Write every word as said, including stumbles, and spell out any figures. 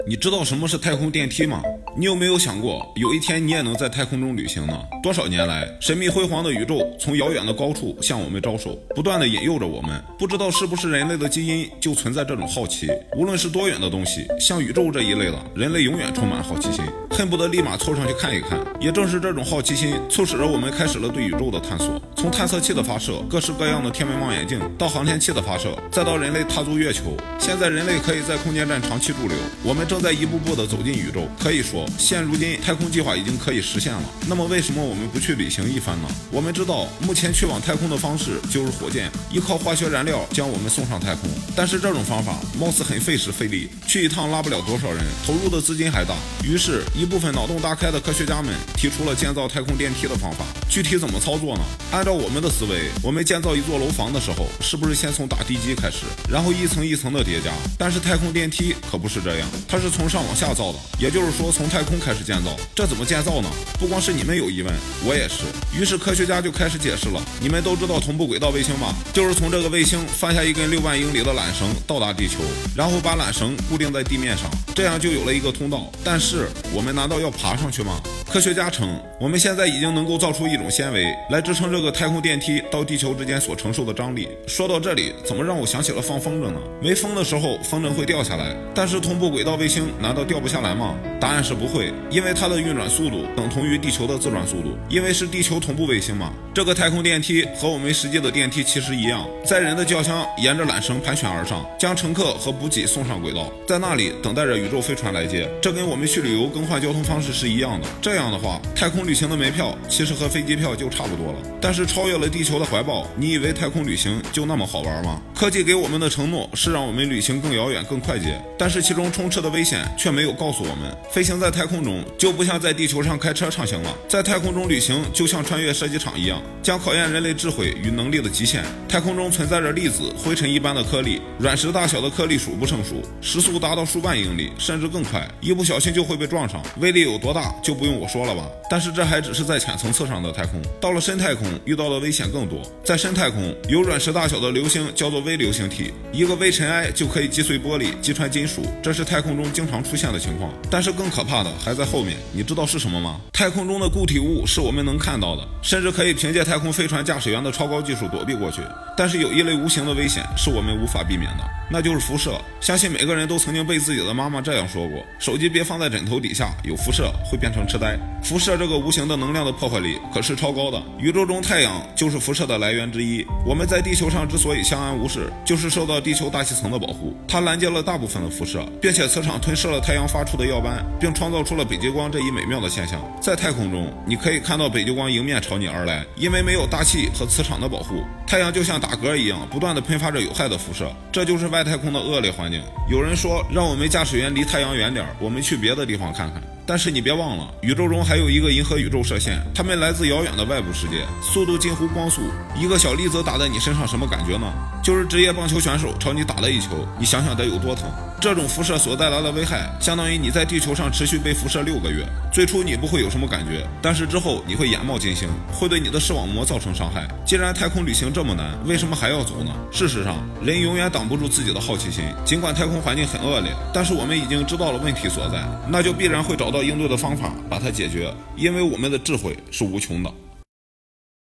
你知道什么是太空电梯吗？你有没有想过，有一天你也能在太空中旅行呢？多少年来，神秘辉煌的宇宙从遥远的高处向我们招手，不断的引诱着我们。不知道是不是人类的基因就存在这种好奇？无论是多远的东西，像宇宙这一类的，人类永远充满好奇心，恨不得立马凑上去看一看。也正是这种好奇心，促使着我们开始了对宇宙的探索。从探测器的发射，各式各样的天文望远镜，到航天器的发射，再到人类踏足月球，现在人类可以在空间站长期驻留。我们正在一步步的走进宇宙，可以说，现如今太空计划已经可以实现了。那么为什么我们不去旅行一番呢？我们知道，目前去往太空的方式就是火箭，依靠化学燃料将我们送上太空。但是这种方法貌似很费时费力，去一趟拉不了多少人，投入的资金还大。于是，一部分脑洞大开的科学家们提出了建造太空电梯的方法。具体怎么操作呢？按照我们的思维，我们建造一座楼房的时候，是不是先从打地基开始，然后一层一层的叠加？但是太空电梯可不是这样，它是从上往下造的，也就是说从太空开始建造。这怎么建造呢？不光是你们有疑问，我也是。于是科学家就开始解释了。你们都知道同步轨道卫星吗？就是从这个卫星放下一根六万英里的缆绳到达地球，然后把缆绳固定在地面上，这样就有了一个通道。但是我们难道要爬上去吗？科学家称，我们现在已经能够造出一种纤维来支撑这个太空电梯到地球之间所承受的张力。说到这里，怎么让我想起了放风筝呢？没风的时候，风筝会掉下来，但是同步轨道卫星难道掉不下来吗？答案是不会，因为它的运转速度等同于地球的自转速度，因为是地球同步卫星嘛。这个太空电梯和我们实际的电梯其实一样，载人的轿厢沿着缆绳盘旋而上，将乘客和补给送上轨道，在那里等待着宇宙飞船来接。这跟我们去旅游更换交通方式是一样的。这样的话，太空旅行的门票其实和飞机票就差不多了。但是超越了地球的怀抱，你以为太空旅行就那么好玩吗？科技给我们的承诺是让我们旅行更遥远更快捷，但是其中充斥的危险却没有告诉我们，飞行在太空中就不像在地球上开车畅行了。在太空中旅行就像穿越射击场一样，将考验人类智慧与能力的极限。太空中存在着粒子、灰尘一般的颗粒，卵石大小的颗粒数不胜数，时速达到数万英里，甚至更快，一不小心就会被撞上，威力有多大就不用我说了吧。但是这还只是在浅层次上的太空，到了深太空遇到的危险更多。在深太空，有卵石大小的流星叫做微流星体，一个微尘埃就可以击碎玻璃、击穿金属，这是太空中经常出现的情况。但是更可怕的还在后面，你知道是什么吗？太空中的固体物是我们能看到的，甚至可以凭借太空飞船驾驶员的超高技术躲避过去。但是有一类无形的危险是我们无法避免的，那就是辐射。相信每个人都曾经被自己的妈妈这样说过，手机别放在枕头底下，有辐射会变成痴呆。辐射这个无形的能量的破坏力可是超高的，宇宙中太阳就是辐射的来源之一。我们在地球上之所以相安无事，就是受到地球大气层的保护，它拦截了大部分的辐射，并且磁场吞噬了太阳发出的耀斑，并创造出了北极光这一美妙的现象。在太空中，你可以看到北极光迎面朝你而来，因为没有大气和磁场的保护，太阳就像打嗝一样不断地喷发着有害的辐射，这就是外太空的恶劣环境。有人说让我们驾驶员离太阳远点，我们去别的地方看看。但是你别忘了，宇宙中还有一个银河宇宙射线，它们来自遥远的外部世界，速度近乎光速。一个小粒子打在你身上什么感觉呢？就是职业棒球选手朝你打了一球，你想想得有多疼。这种辐射所带来的危害，相当于你在地球上持续被辐射六个月。最初你不会有什么感觉，但是之后你会眼冒金星，会对你的视网膜造成伤害。既然太空旅行这么难，为什么还要走呢？事实上，人永远挡不住自己的好奇心。尽管太空环境很恶劣，但是我们已经知道了问题所在，那就必然会找到应对的方法把它解决，因为我们的智慧是无穷的。